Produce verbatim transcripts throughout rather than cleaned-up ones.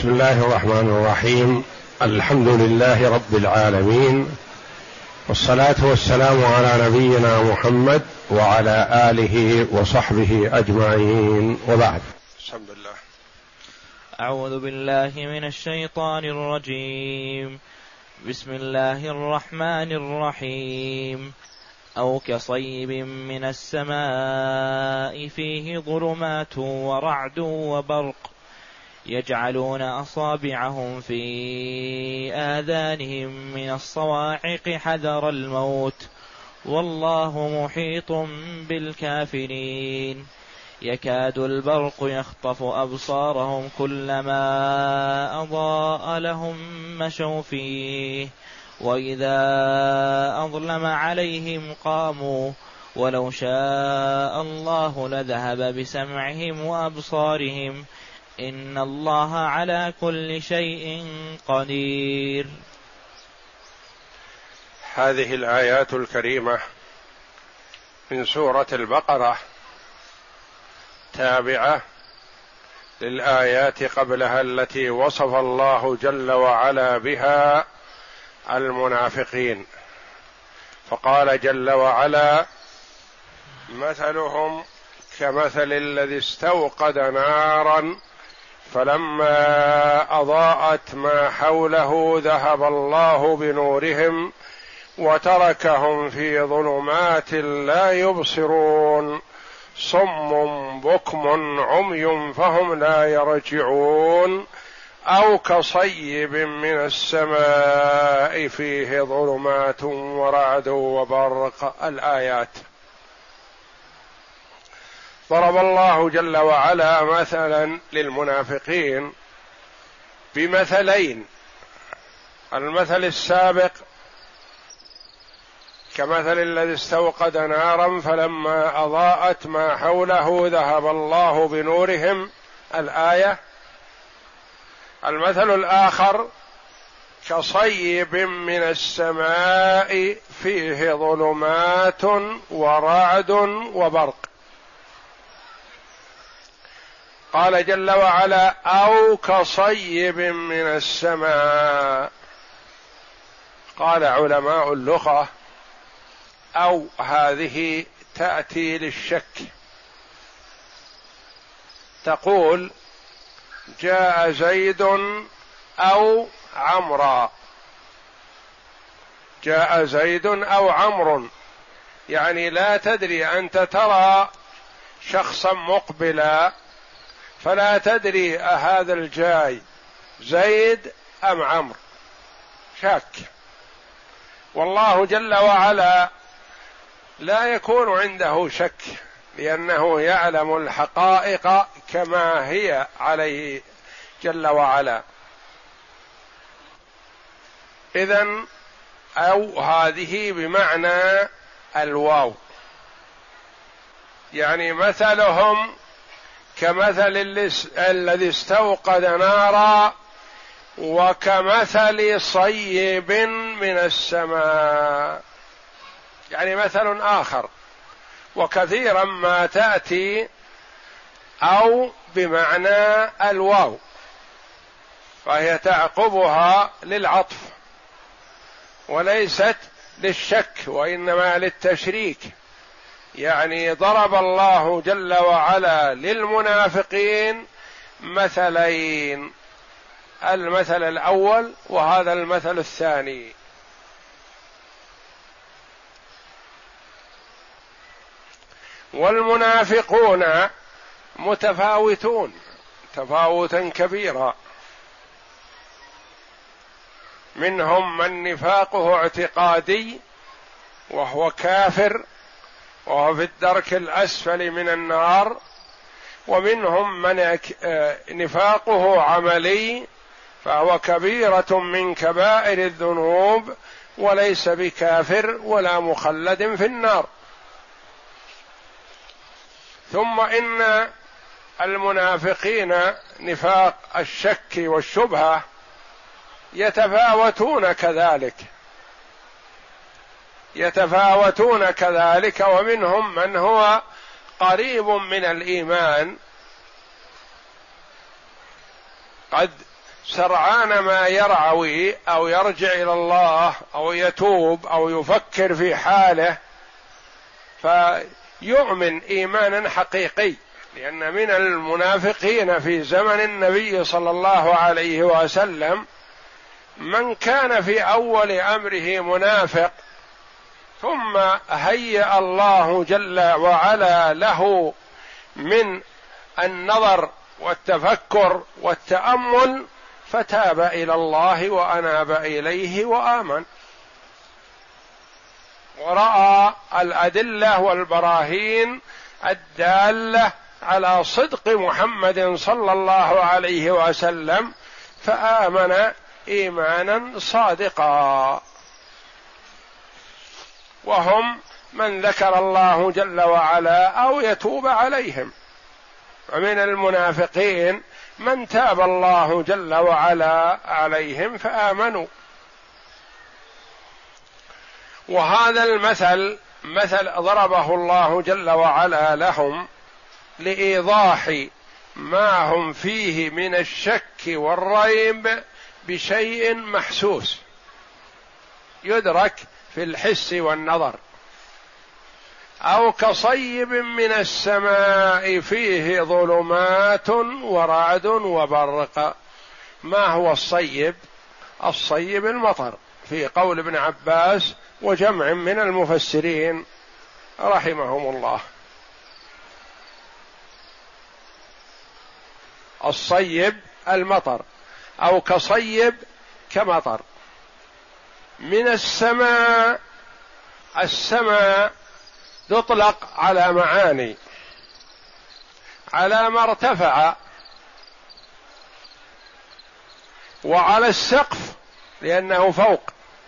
بسم الله الرحمن الرحيم. الحمد لله رب العالمين، والصلاة والسلام على نبينا محمد وعلى آله وصحبه أجمعين، وبعد. الحمد لله. أعوذ بالله من الشيطان الرجيم. بسم الله الرحمن الرحيم. أو كصيب من السماء فيه ظلمات ورعد وبرق يجعلون أصابعهم في آذانهم من الصواعق حذر الموت والله محيط بالكافرين. يكاد البرق يخطف أبصارهم كلما أضاء لهم مشوا فيه وإذا أظلم عليهم قاموا ولو شاء الله لذهب بسمعهم وأبصارهم إن الله على كل شيء قدير. هذه الآيات الكريمة من سورة البقرة تابعة للآيات قبلها التي وصف الله جل وعلا بها المنافقين، فقال جل وعلا: مثلهم كمثل الذي استوقد نارا فلما أضاءت ما حوله ذهب الله بنورهم وتركهم في ظلمات لا يبصرون صم بكم عمي فهم لا يرجعون أو كصيب من السماء فيه ظلمات ورعد وبرق. الآيات. ضرب الله جل وعلا مثلا للمنافقين بمثلين. المثل السابق كمثل الذي استوقد نارا فلما أضاءت ما حوله ذهب الله بنورهم، الآية. المثل الآخر كصيب من السماء فيه ظلمات ورعد وبرق. قال جل وعلا: أو كصيب من السماء. قال علماء اللغة: أو هذه تأتي للشك، تقول: جاء زيد أو عمرا، جاء زيد أو عمرو، يعني لا تدري، أنت ترى شخصا مقبلا فلا تدري أهذا الجاي زيد أم عمرو، شاك. والله جل وعلا لا يكون عنده شك لأنه يعلم الحقائق كما هي عليه جل وعلا. إذن أو هذه بمعنى الواو، يعني مثلهم كمثل الذي استوقد نارا وكمثل صيب من السماء، يعني مثل آخر. وكثيرا ما تأتي أو بمعنى الواو فهي تعقبها للعطف وليست للشك وإنما للتشريك. يعني ضرب الله جل وعلا للمنافقين مثلين، المثل الأول وهذا المثل الثاني. والمنافقون متفاوتون تفاوتا كبيرا، منهم من نفاقه اعتقادي وهو كافر وهو في الدرك الأسفل من النار، ومنهم من نفاقه عملي فهو كبيرة من كبائر الذنوب وليس بكافر ولا مخلد في النار. ثم إن المنافقين نفاق الشك والشبهة يتفاوتون كذلك يتفاوتون كذلك ومنهم من هو قريب من الإيمان قد سرعان ما يرعوي أو يرجع إلى الله أو يتوب أو يفكر في حاله فيؤمن إيمانا حقيقي، لأن من المنافقين في زمن النبي صلى الله عليه وسلم من كان في أول أمره منافق، ثم هيأ الله جل وعلا له من النظر والتفكر والتأمل فتاب إلى الله وأناب إليه وآمن، ورأى الأدلة والبراهين الدالة على صدق محمد صلى الله عليه وسلم فآمن إيمانا صادقا. وهم من ذكر الله جل وعلا أو يتوب عليهم، ومن المنافقين من تاب الله جل وعلا عليهم فآمنوا. وهذا المثل مثل ضربه الله جل وعلا لهم لإيضاح ما هم فيه من الشك والريب بشيء محسوس يدرك في الحس والنظر، أو كصيب من السماء فيه ظلمات ورعد وبرق. ما هو الصيب؟ الصيب المطر، في قول ابن عباس وجمع من المفسرين رحمهم الله. الصيب المطر، أو كصيب كمطر من السماء. السماء تطلق على معاني، على ما ارتفع، وعلى السقف لأنه فوق،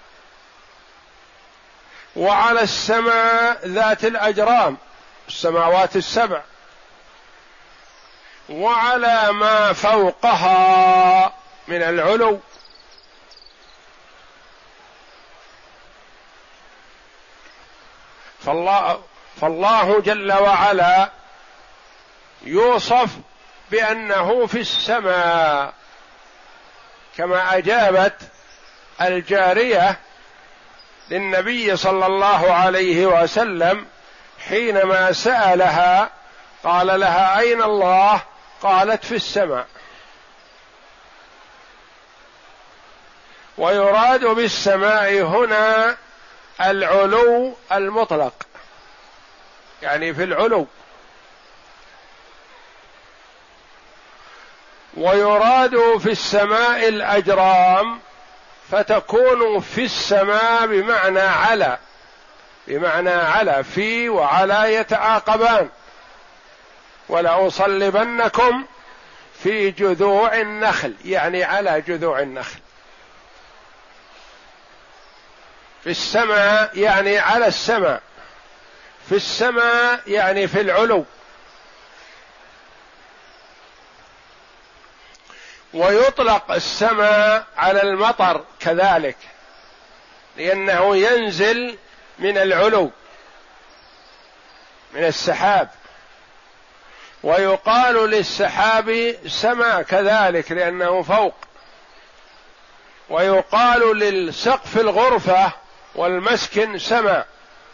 وعلى السماء ذات الأجرام السماوات السبع، وعلى ما فوقها من العلو. فالله, فالله جل وعلا يوصف بأنه في السماء، كما أجابت الجارية للنبي صلى الله عليه وسلم حينما سألها قال لها أين الله؟ قالت في السماء. ويراد بالسماء هنا العلو المطلق، يعني في العلو. ويراد في السماء الأجرام، فتكون في السماء بمعنى على، بمعنى على، في وعلى يتعاقبان. ولأصلبنكم في جذوع النخل، يعني على جذوع النخل. في السماء يعني على السماء، في السماء يعني في العلو. ويطلق السماء على المطر كذلك، لأنه ينزل من العلو من السحاب. ويقال للسحاب سماء كذلك لأنه فوق. ويقال للسقف الغرفة والمسكن سماء،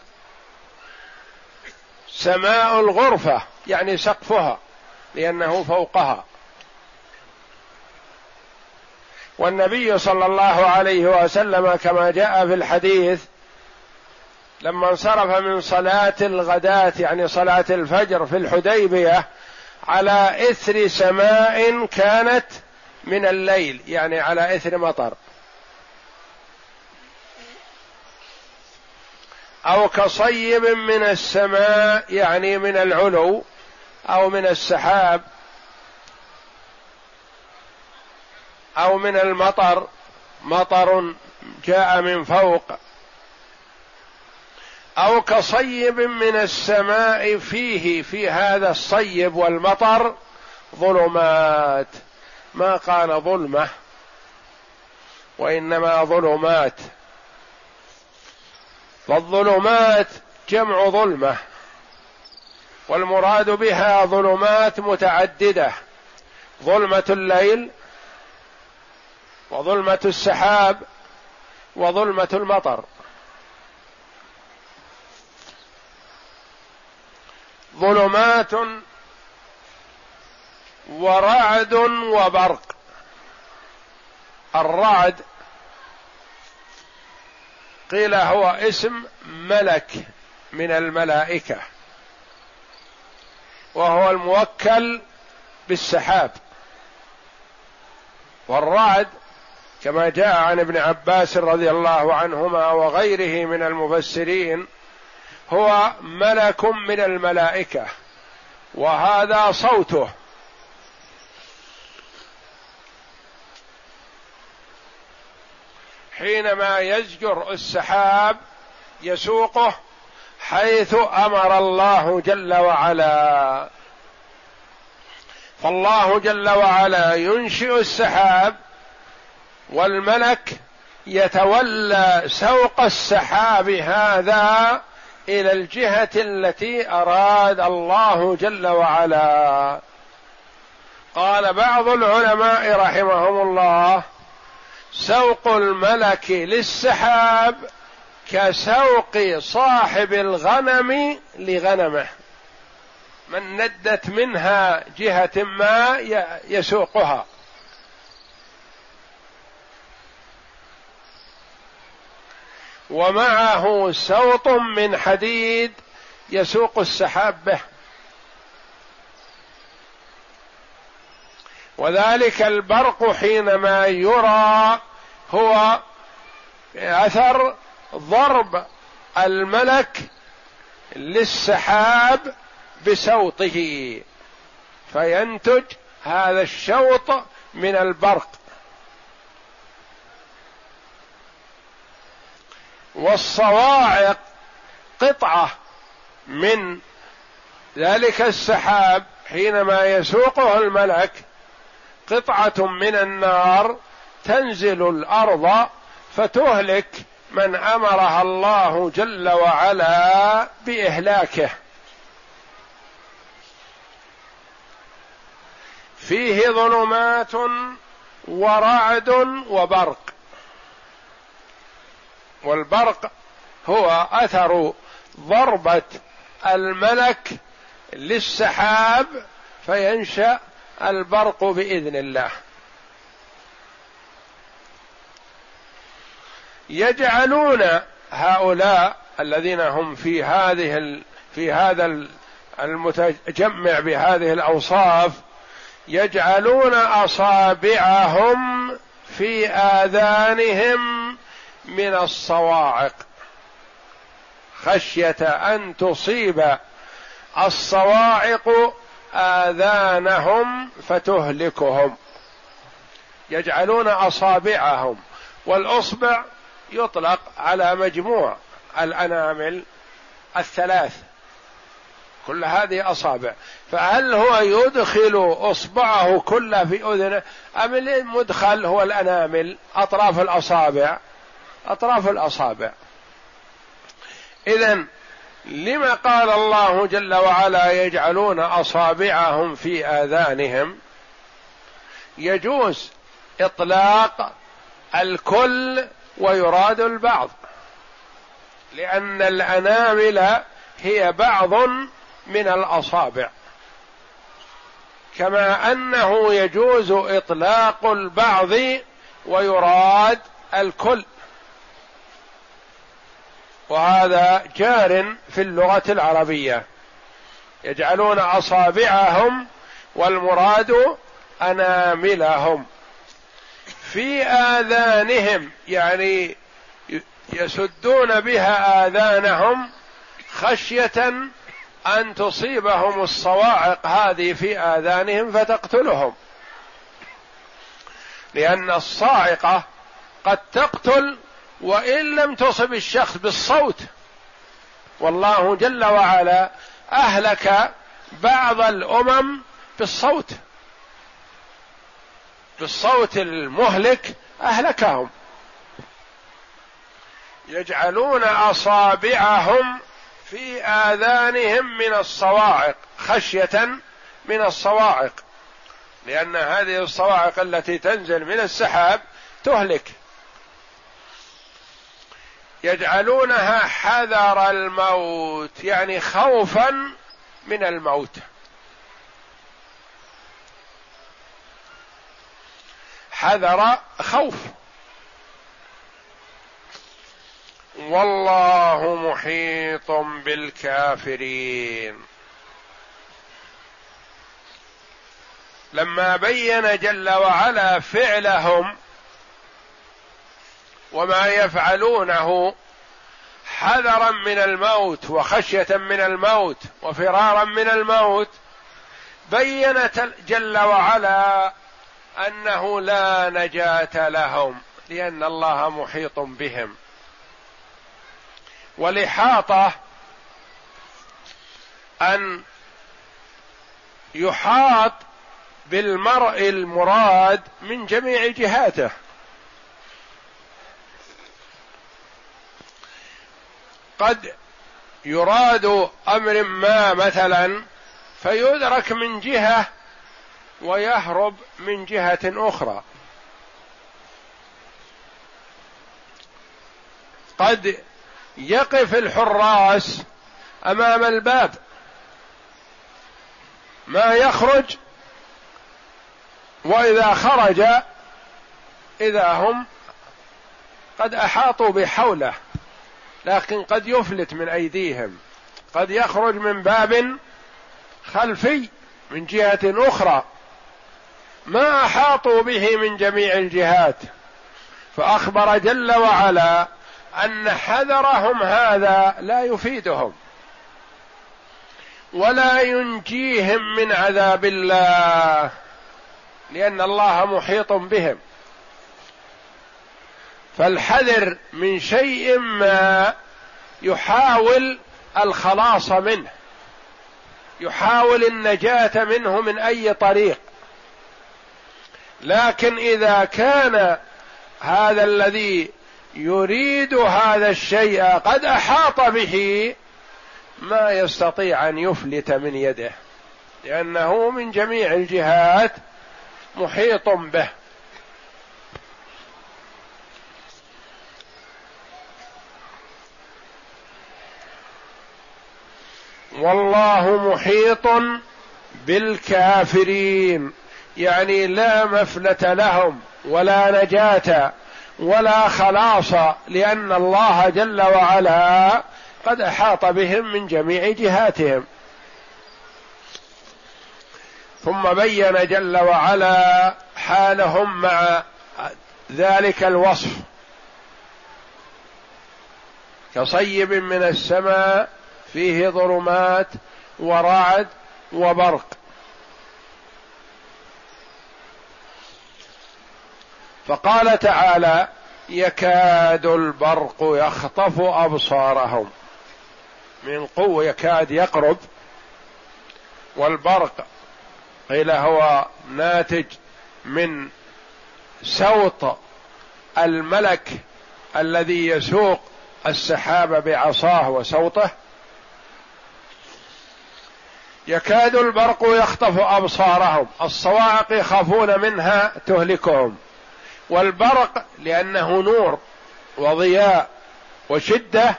سماء الغرفة يعني سقفها لأنه فوقها. والنبي صلى الله عليه وسلم كما جاء في الحديث لما انصرف من صلاة الغداة يعني صلاة الفجر في الحديبية على إثر سماء كانت من الليل، يعني على إثر مطر. أو كصيب من السماء يعني من العلو أو من السحاب، أو من المطر، مطر جاء من فوق. أو كصيب من السماء فيه، في هذا الصيب والمطر ظلمات، ما قال ظلمة وإنما ظلمات. فالظلمات جمع ظلمة، والمراد بها ظلمات متعددة: ظلمة الليل، وظلمة السحاب وظلمة المطر. ظلمات ورعد وبرق. الرعد قيل هو اسم ملك من الملائكة، وهو الموكل بالسحاب. والرعد كما جاء عن ابن عباس رضي الله عنهما وغيره من المفسرين هو ملك من الملائكة، وهذا صوته. حينما يزجر السحاب يسوقه حيث أمر الله جل وعلا. فالله جل وعلا ينشئ السحاب، والملك يتولى سوق السحاب هذا إلى الجهة التي أراد الله جل وعلا. قال بعض العلماء رحمهم الله: سوق الملك للسحاب كسوق صاحب الغنم لغنمه، من ندت منها جهة ما يسوقها. ومعه سوط من حديد يسوق السحاب به. وذلك البرق حينما يرى هو أثر ضرب الملك للسحاب بسوطه، فينتج هذا الشوط من البرق. والصواعق قطعة من ذلك السحاب حينما يسوقه الملك، قطعة من النار تنزل الأرض فتهلك من أمرها الله جل وعلا بإهلاكه. فيه ظلمات ورعد وبرق. والبرق هو أثر ضربة الملك للسحاب فينشأ البرق بإذن الله. يجعلون هؤلاء الذين هم في هذه في هذا المتجمع بهذه الأوصاف، يجعلون أصابعهم في آذانهم من الصواعق خشية أن تصيب الصواعق آذانهم فتهلكهم. يجعلون أصابعهم، والأصبع يطلق على مجموع الأنامل الثلاث، كل هذه أصابع. فهل هو يدخل أصبعه كله في أذنه، أم المدخل هو الأنامل أطراف الأصابع؟ أطراف الأصابع. إذن لما قال الله جل وعلا يجعلون أصابعهم في آذانهم؟ يجوز إطلاق الكل ويراد البعض، لأن الأنامل هي بعض من الأصابع، كما أنه يجوز إطلاق البعض ويراد الكل، وهذا جار في اللغة العربية. يجعلون أصابعهم والمراد أناملهم في آذانهم، يعني يسدون بها آذانهم خشية أن تصيبهم الصواعق هذه في آذانهم فتقتلهم، لأن الصاعقة قد تقتل وإن لم تصب الشخص بالصوت. والله جل وعلا أهلك بعض الأمم بالصوت، بالصوت المهلك أهلكهم. يجعلون أصابعهم في آذانهم من الصواعق خشية من الصواعق، لأن هذه الصواعق التي تنزل من السحاب تهلك. يجعلونها حذر الموت، يعني خوفا من الموت. حذر خوف. والله محيط بالكافرين. لما بين جل وعلا فعلهم وما يفعلونه حذرا من الموت وخشية من الموت وفرارا من الموت، بين جل وعلا أنه لا نجاة لهم، لأن الله محيط بهم. والإحاطة أن يحاط بالمرء المراد من جميع جهاته، قد يراد أمر ما مثلا فيدرك من جهة ويهرب من جهة أخرى، قد يقف الحراس أمام الباب ما يخرج، وإذا خرج إذا هم قد أحاطوا بحوله، لكن قد يفلت من أيديهم، قد يخرج من باب خلفي من جهة أخرى، ما أحاطوا به من جميع الجهات. فأخبر جل وعلا أن حذرهم هذا لا يفيدهم ولا ينجيهم من عذاب الله، لأن الله محيط بهم. فالحذر من شيء ما يحاول الخلاص منه، يحاول النجاة منه من أي طريق، لكن إذا كان هذا الذي يريد هذا الشيء قد أحاط به ما يستطيع أن يفلت من يده، لأنه من جميع الجهات محيط به. والله محيط بالكافرين، يعني لا مفلة لهم ولا نجاة ولا خلاص، لأن الله جل وعلا قد أحاط بهم من جميع جهاتهم. ثم بين جل وعلا حالهم مع ذلك الوصف: كصيب من السماء فيه ظلمات ورعد وبرق. فقال تعالى: يكاد البرق يخطف أبصارهم، من قوة يكاد يقرب، والبرق قيل هو ناتج من سوط الملك الذي يسوق السحاب بعصاه وسوطه. يكاد البرق يخطف أبصارهم، الصواعق يخافون منها تهلكهم، والبرق لأنه نور وضياء وشدة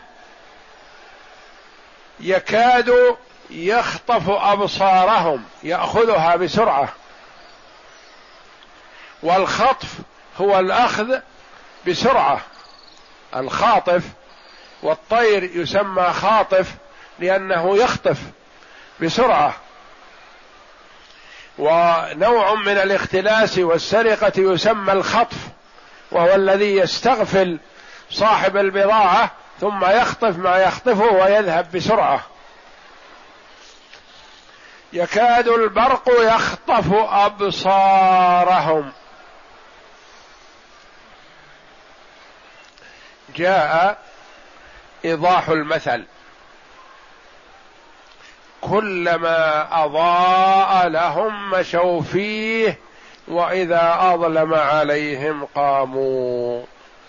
يكاد يخطف أبصارهم، يأخذها بسرعة. والخطف هو الأخذ بسرعة، الخاطف، والطير يسمى خاطف لأنه يخطف بسرعة. ونوع من الاختلاس والسرقة يسمى الخطف، وهو الذي يستغفل صاحب البضاعة ثم يخطف ما يخطفه ويذهب بسرعة. يكاد البرق يخطف أبصارهم. جاء إيضاح المثل: كلما أضاء لهم مشوا فيه وإذا أظلم عليهم قاموا.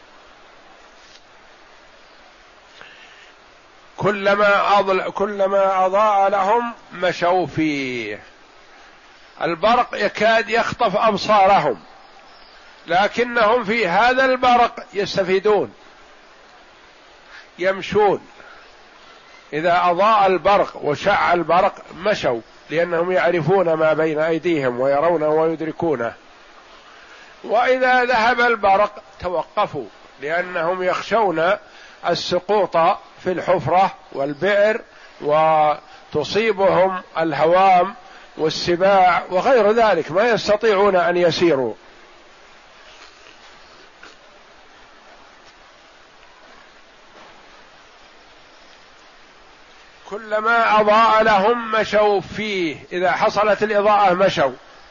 كلما أضل كلما أضاء لهم مشوا فيه. البرق يكاد يخطف أبصارهم، لكنهم في هذا البرق يستفيدون، يمشون، إذا أضاء البرق وشع البرق مشوا، لأنهم يعرفون ما بين أيديهم ويرونه ويدركونه. وإذا ذهب البرق توقفوا، لأنهم يخشون السقوط في الحفرة والبئر وتصيبهم الهوام والسباع وغير ذلك، ما يستطيعون أن يسيروا. كلما أضاء لهم مشوا فيه، إذا حصلت الإضاءة مشوا،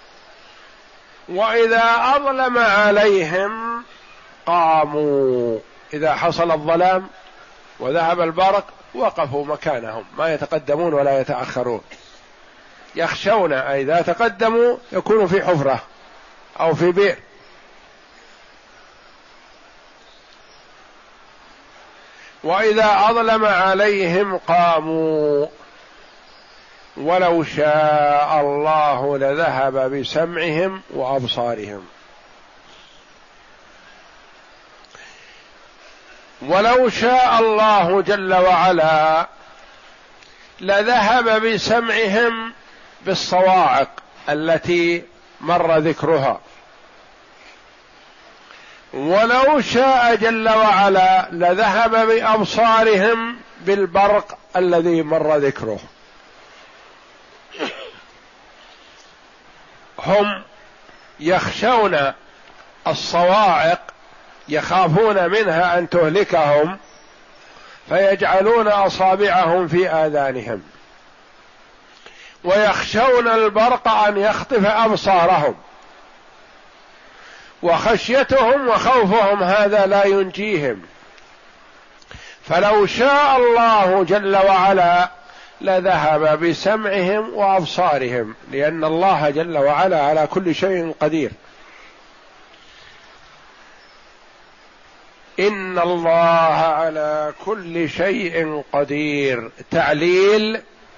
وإذا أظلم عليهم قاموا، إذا حصل الظلام وذهب البرق وقفوا مكانهم، ما يتقدمون ولا يتأخرون، يخشون إذا تقدموا يكونوا في حفرة أو في بئر. وإذا أظلم عليهم قاموا ولو شاء الله لذهب بسمعهم وأبصارهم. ولو شاء الله جل وعلا لذهب بسمعهم بالصواعق التي مر ذكرها، ولو شاء جل وعلا لذهب بأبصارهم بالبرق الذي مر ذكره. هم يخشون الصواعق، يخافون منها أن تهلكهم، فيجعلون أصابعهم في آذانهم، ويخشون البرق أن يخطف أبصارهم، وخشيتهم وخوفهم هذا لا ينجيهم. فلو شاء الله جل وعلا لذهب بسمعهم وأبصارهم، لأن الله جل وعلا على كل شيء قدير. إن الله على كل شيء قدير، تعليل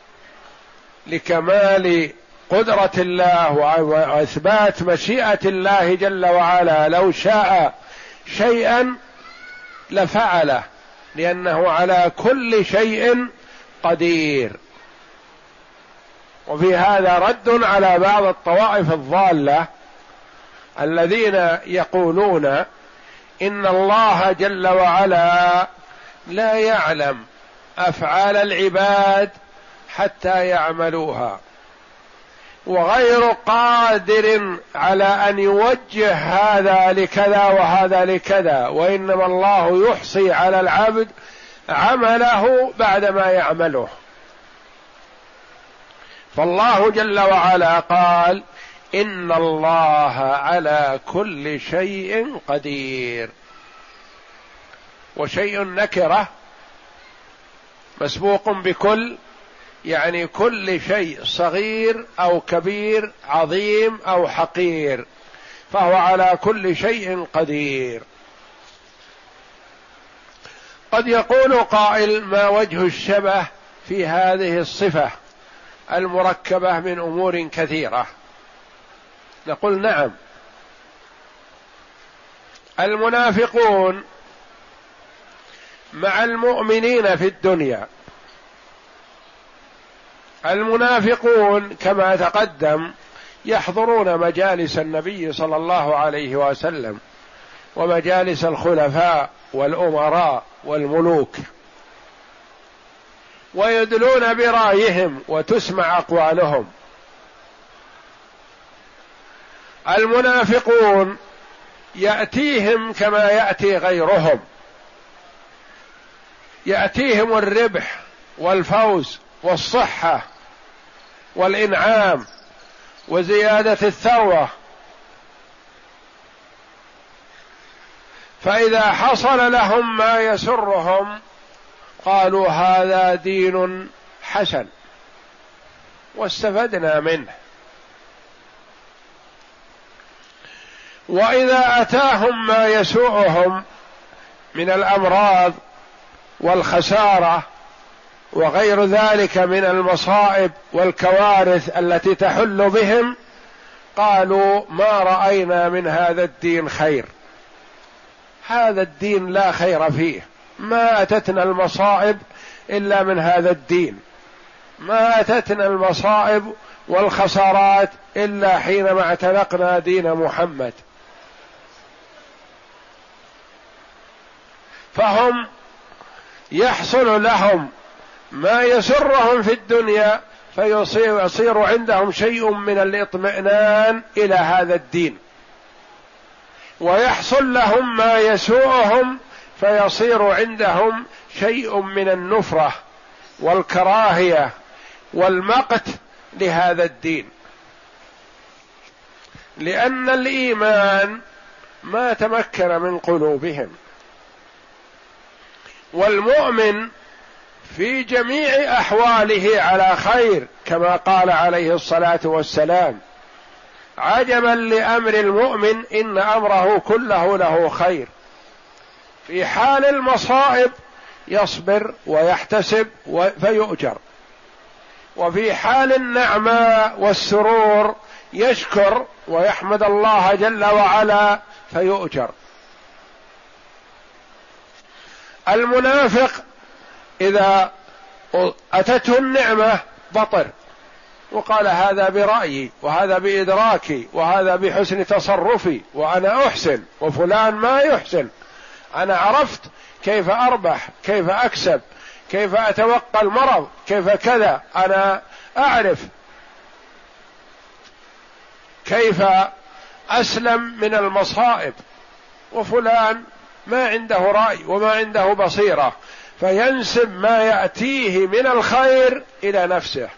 لكمال قدرة الله وإثبات مشيئة الله جل وعلا. لو شاء شيئا لفعله، لأنه على كل شيء قدير. وفي هذا رد على بعض الطوائف الضالة الذين يقولون إن الله جل وعلا لا يعلم أفعال العباد حتى يعملوها، وغير قادر على أن يوجه هذا لكذا وهذا لكذا، وإنما الله يحصي على العبد عمله بعدما يعمله. فالله جل وعلا قال إن الله على كل شيء قدير، وشيء نكرة مسبوق بكل، يعني كل شيء صغير أو كبير، عظيم أو حقير، فهو على كل شيء قدير. قد يقول قائل: ما وجه الشبه في هذه الصفة المركبة من أمور كثيرة؟ نقول: نعم، المنافقون مع المؤمنين في الدنيا. المنافقون كما تقدم يحضرون مجالس النبي صلى الله عليه وسلم ومجالس الخلفاء والأمراء والملوك، ويدلون برأيهم وتسمع أقوالهم. المنافقون يأتيهم كما يأتي غيرهم، يأتيهم الربح والفوز والصحة والإنعام وزيادة الثروة، فإذا حصل لهم ما يسرهم قالوا هذا دين حسن واستفدنا منه. وإذا أتاهم ما يسوءهم من الأمراض والخسارة وغير ذلك من المصائب والكوارث التي تحل بهم، قالوا ما رأينا من هذا الدين خير، هذا الدين لا خير فيه، ما أتتنا المصائب إلا من هذا الدين، ما أتتنا المصائب والخسارات إلا حينما اعتنقنا دين محمد. فهم يحصل لهم ما يسرهم في الدنيا، فيصير عندهم شيء من الاطمئنان إلى هذا الدين، ويحصل لهم ما يسوءهم فيصير عندهم شيء من النفرة والكراهية والمقت لهذا الدين، لأن الإيمان ما تمكن من قلوبهم. والمؤمن في جميع أحواله على خير، كما قال عليه الصلاة والسلام: عجبا لأمر المؤمن إن أمره كله له خير. في حال المصائب يصبر ويحتسب فيؤجر، وفي حال النعماء والسرور يشكر ويحمد الله جل وعلا فيؤجر. المنافق إذا أتته النعمة بطر وقال هذا برأيي وهذا بإدراكي وهذا بحسن تصرفي وأنا أحسن وفلان ما يحسن، أنا عرفت كيف أربح، كيف أكسب، كيف أتوقى المرض، كيف كذا، أنا أعرف كيف أسلم من المصائب، وفلان ما عنده رأي وما عنده بصيرة، فينسب ما يأتيه من الخير إلى نفسه.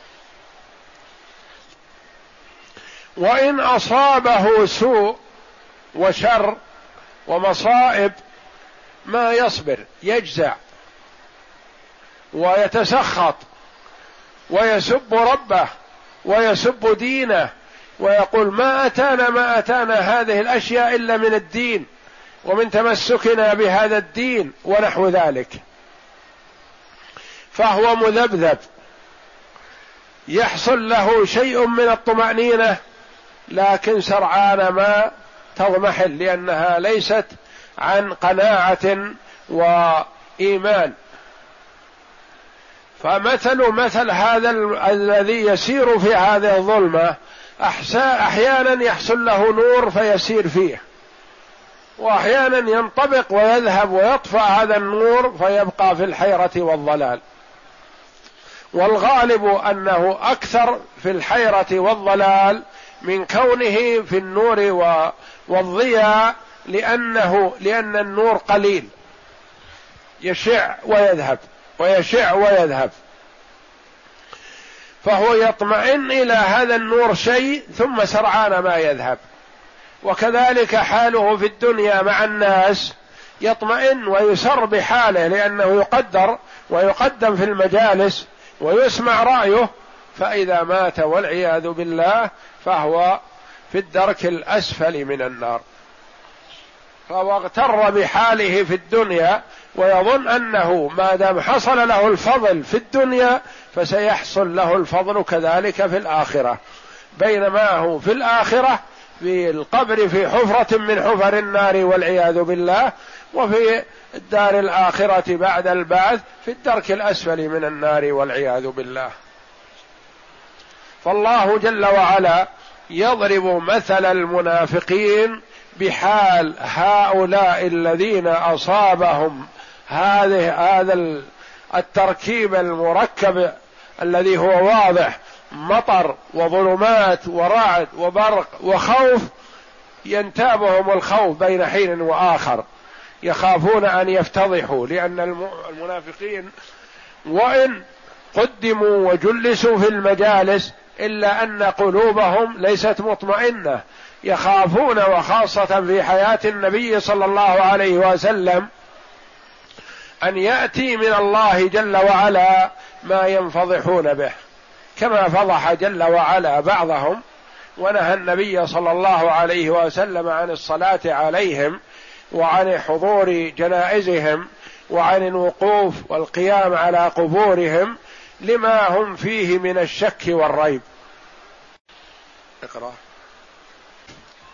وإن أصابه سوء وشر ومصائب ما يصبر، يجزع ويتسخط ويسب ربه ويسب دينه ويقول ما أتانا ما أتانا هذه الأشياء إلا من الدين ومن تمسكنا بهذا الدين ونحو ذلك، فهو مذبذب، يحصل له شيء من الطمأنينة لكن سرعان ما تضمحل، لأنها ليست عن قناعة وإيمان. فمثل مثل هذا الذي يسير في هذه الظلمة أحيانا يحصل له نور فيسير فيه، وأحيانا ينطبق ويذهب ويطفأ هذا النور فيبقى في الحيرة والضلال. والغالب أنه أكثر في الحيرة والضلال من كونه في النور والضياء، لأنه لأن النور قليل يشع ويذهب ويشع ويذهب، فهو يطمئن إلى هذا النور شيء ثم سرعان ما يذهب. وكذلك حاله في الدنيا مع الناس، يطمئن ويسر بحاله لأنه يقدر ويقدم في المجالس ويسمع رأيه، فإذا مات والعياذ بالله فهو في الدرك الأسفل من النار. فهو اغتر بحاله في الدنيا ويظن أنه ما دام حصل له الفضل في الدنيا فسيحصل له الفضل كذلك في الآخرة، بينما هو في الآخرة في القبر في حفرة من حفر النار والعياذ بالله، وفي الدار الآخرة بعد البعث في الدرك الأسفل من النار والعياذ بالله. فالله جل وعلا يضرب مثل المنافقين بحال هؤلاء الذين أصابهم هذه هذا التركيب المركب الذي هو واضح، مطر وظلمات ورعد وبرق وخوف، ينتابهم الخوف بين حين وآخر، يخافون أن يفتضحوا، لأن المنافقين وإن قدموا وجلسوا في المجالس إلا أن قلوبهم ليست مطمئنة، يخافون، وخاصة في حياة النبي صلى الله عليه وسلم، أن يأتي من الله جل وعلا ما ينفضحون به، كما فضح جل وعلا بعضهم ونهى النبي صلى الله عليه وسلم عن الصلاة عليهم وعن حضور جنائزهم وعن الوقوف والقيام على قبورهم لما هم فيه من الشك والريب. اقرأ.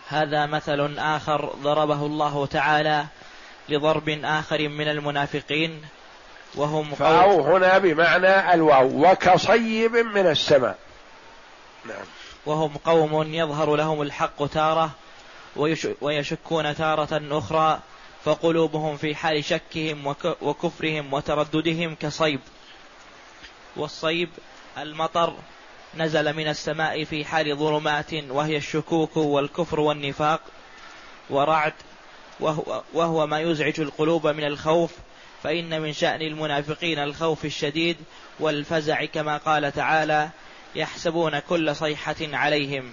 هذا مثل آخر ضربه الله تعالى لضرب آخر من المنافقين وهم فأو هنا بمعنى الواو وكصيب من السماء. نعم. وهم قوم يظهر لهم الحق تارة ويشكون تارة أخرى، فقلوبهم في حال شكهم وكفرهم وترددهم كصيب. والصيب المطر نزل من السماء في حال ظلمات وهي الشكوك والكفر والنفاق. ورعد وهو, وهو ما يزعج القلوب من الخوف، فإن من شأن المنافقين الخوف الشديد والفزع كما قال تعالى يحسبون كل صيحة عليهم.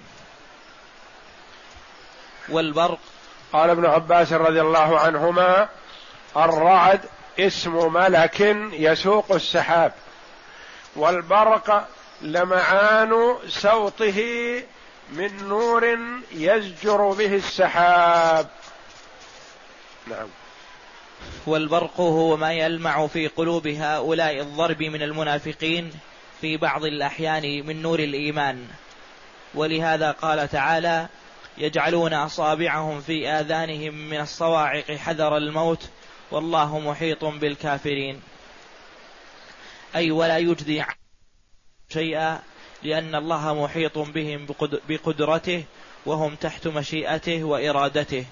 والبرق قال ابن عباس رضي الله عنهما الرعد اسم ملك يسوق السحاب، والبرق لمعان سوطه من نور يزجر به السحاب. نعم. والبرق هو ما يلمع في قلوب هؤلاء الضرب من المنافقين في بعض الأحيان من نور الإيمان، ولهذا قال تعالى يجعلون أصابعهم في آذانهم من الصواعق حذر الموت والله محيط بالكافرين، أي ولا يجدي شيئا لأن الله محيط بهم بقدرته وهم تحت مشيئته وإرادته.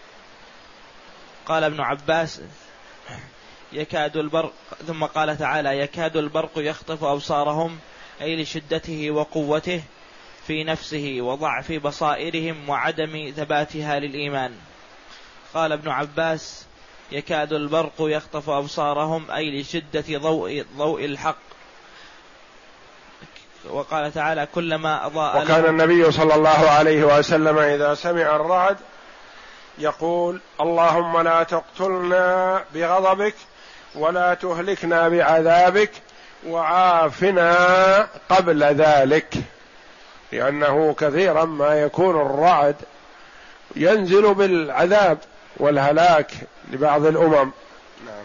قال ابن عباس يكاد البرق، ثم قال تعالى يكاد البرق يخطف أبصارهم، أي لشدته وقوته في نفسه وضعف بصائرهم وعدم ثباتها للإيمان. قال ابن عباس يكاد البرق يخطف أبصارهم، أي لشدة ضوء, ضوء الحق. وقال تعالى كلما أضاء. وكان النبي صلى الله عليه وسلم إذا سمع الرعد يقول اللهم لا تقتلنا بغضبك ولا تهلكنا بعذابك وعافنا قبل ذلك، لأنه كثيرا ما يكون الرعد ينزل بالعذاب والهلاك لبعض الأمم. نعم.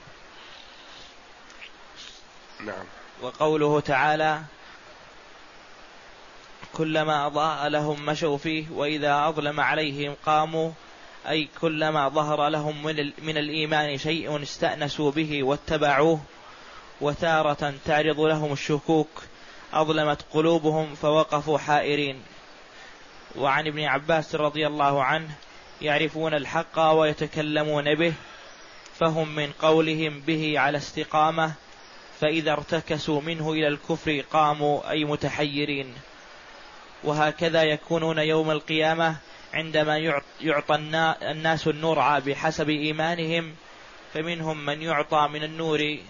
نعم. وقوله تعالى كلما أضاء لهم مشوا فيه وإذا أظلم عليهم قاموا، أي كلما ظهر لهم من الإيمان شيء استأنسوا به واتبعوه، وتارة تعرض لهم الشكوك أظلمت قلوبهم فوقفوا حائرين. وعن ابن عباس رضي الله عنه يعرفون الحق ويتكلمون به، فهم من قولهم به على استقامة، فإذا ارتكسوا منه إلى الكفر قاموا أي متحيرين. وهكذا يكونون يوم القيامة عندما يعطى الناس النور بحسب إيمانهم، فمنهم من يعطى من النور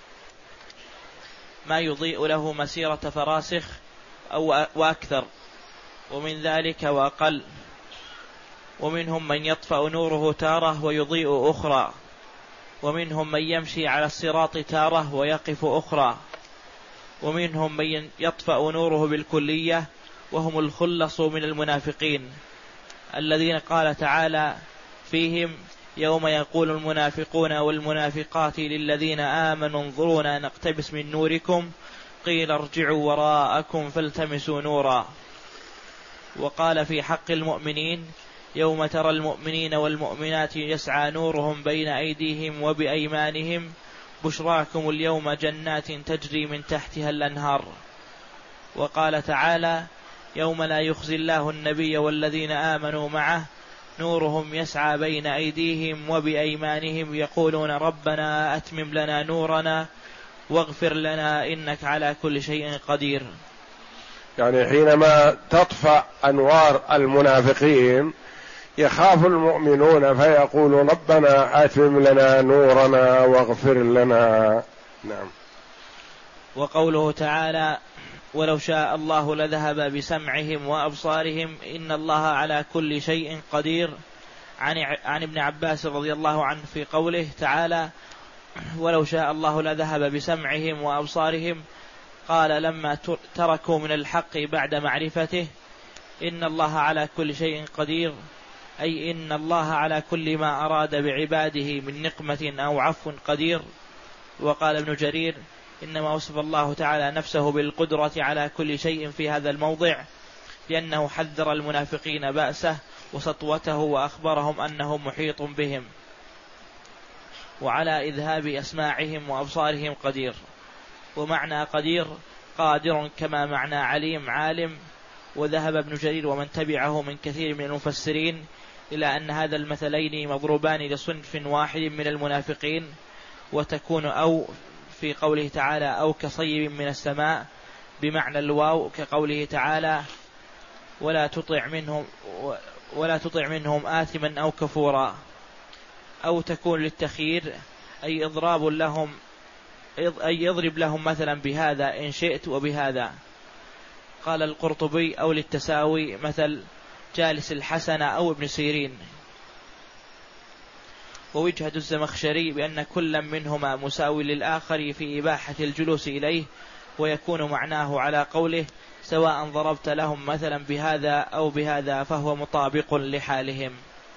ما يضيء له مسيرة فراسخ أو وأكثر، ومن ذلك وأقل. ومنهم من يطفأ نوره تارة ويضيء أخرى، ومنهم من يمشي على الصراط تارة ويقف أخرى، ومنهم من يطفأ نوره بالكلية، وهم الخلص من المنافقين الذين قال تعالى فيهم يوم يقول المنافقون والمنافقات للذين آمنوا انظرونا نقتبس من نوركم قيل ارجعوا وراءكم فالتمسوا نورا. وقال في حق المؤمنين يوم ترى المؤمنين والمؤمنات يسعى نورهم بين أيديهم وبأيمانهم بشراكم اليوم جنات تجري من تحتها الأنهار. وقال تعالى يوم لا يخزي الله النبي والذين آمنوا معه نورهم يسعى بين أيديهم وبأيمانهم يقولون ربنا أتمم لنا نورنا واغفر لنا إنك على كل شيء قدير. يعني حينما تطفأ أنوار المنافقين يخاف المؤمنون فيقول ربنا أتمم لنا نورنا واغفر لنا. نعم. وقوله تعالى ولو شاء الله لذهب بسمعهم وأبصارهم إن الله على كل شيء قدير. عن, عن ابن عباس رضي الله عنه في قوله تعالى ولو شاء الله لذهب بسمعهم وأبصارهم، قال لما تركوا من الحق بعد معرفته إن الله على كل شيء قدير، أي إن الله على كل ما أراد بعباده من نقمة أو عفو قدير. وقال ابن جرير إنما وصف الله تعالى نفسه بالقدرة على كل شيء في هذا الموضع لأنه حذر المنافقين بأسه وسطوته وأخبرهم أنه محيط بهم وعلى إذهاب أسماعهم وأبصارهم قدير. ومعنى قدير قادر كما معنى عليم عالم. وذهب ابن جرير ومن تبعه من كثير من المفسرين إلى أن هذا المثلين مضروبان لصنف واحد من المنافقين، وتكون أو في قوله تعالى أو كصيب من السماء بمعنى الواو كقوله تعالى ولا تطع منهم ولا تطع منهم آثما أو كفورا، أو تكون للتخيير أي إضراب لهم أي يضرب لهم مثلا بهذا إن شئت وبهذا. قال القرطبي أو للتساوي مثل جالس الحسن أو ابن سيرين. ووجهة الزمخشري بأن كل منهما مساوي للآخر في إباحة الجلوس إليه، ويكون معناه على قوله سواء ضربت لهم مثلا بهذا أو بهذا فهو مطابق لحالهم.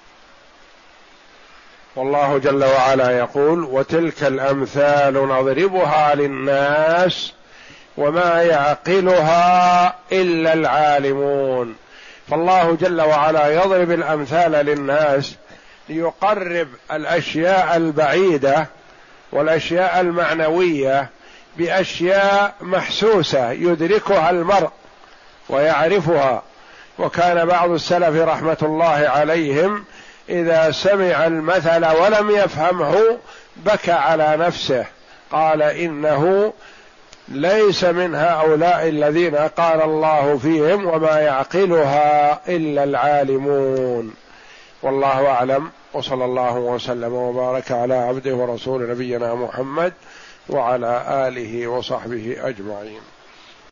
والله جل وعلا يقول وتلك الأمثال نضربها للناس وما يعقلها إلا العالمون. فالله جل وعلا يضرب الأمثال للناس ليقرب الأشياء البعيدة والأشياء المعنوية بأشياء محسوسة يدركها المرء ويعرفها. وكان بعض السلف رحمة الله عليهم إذا سمع المثل ولم يفهمه بكى على نفسه، قال إنه ليس من هؤلاء الذين قال الله فيهم وما يعقلها إلا العالمون. والله أعلم، وصلى الله وسلم وبارك على عبده ورسول نبينا محمد وعلى آله وصحبه أجمعين.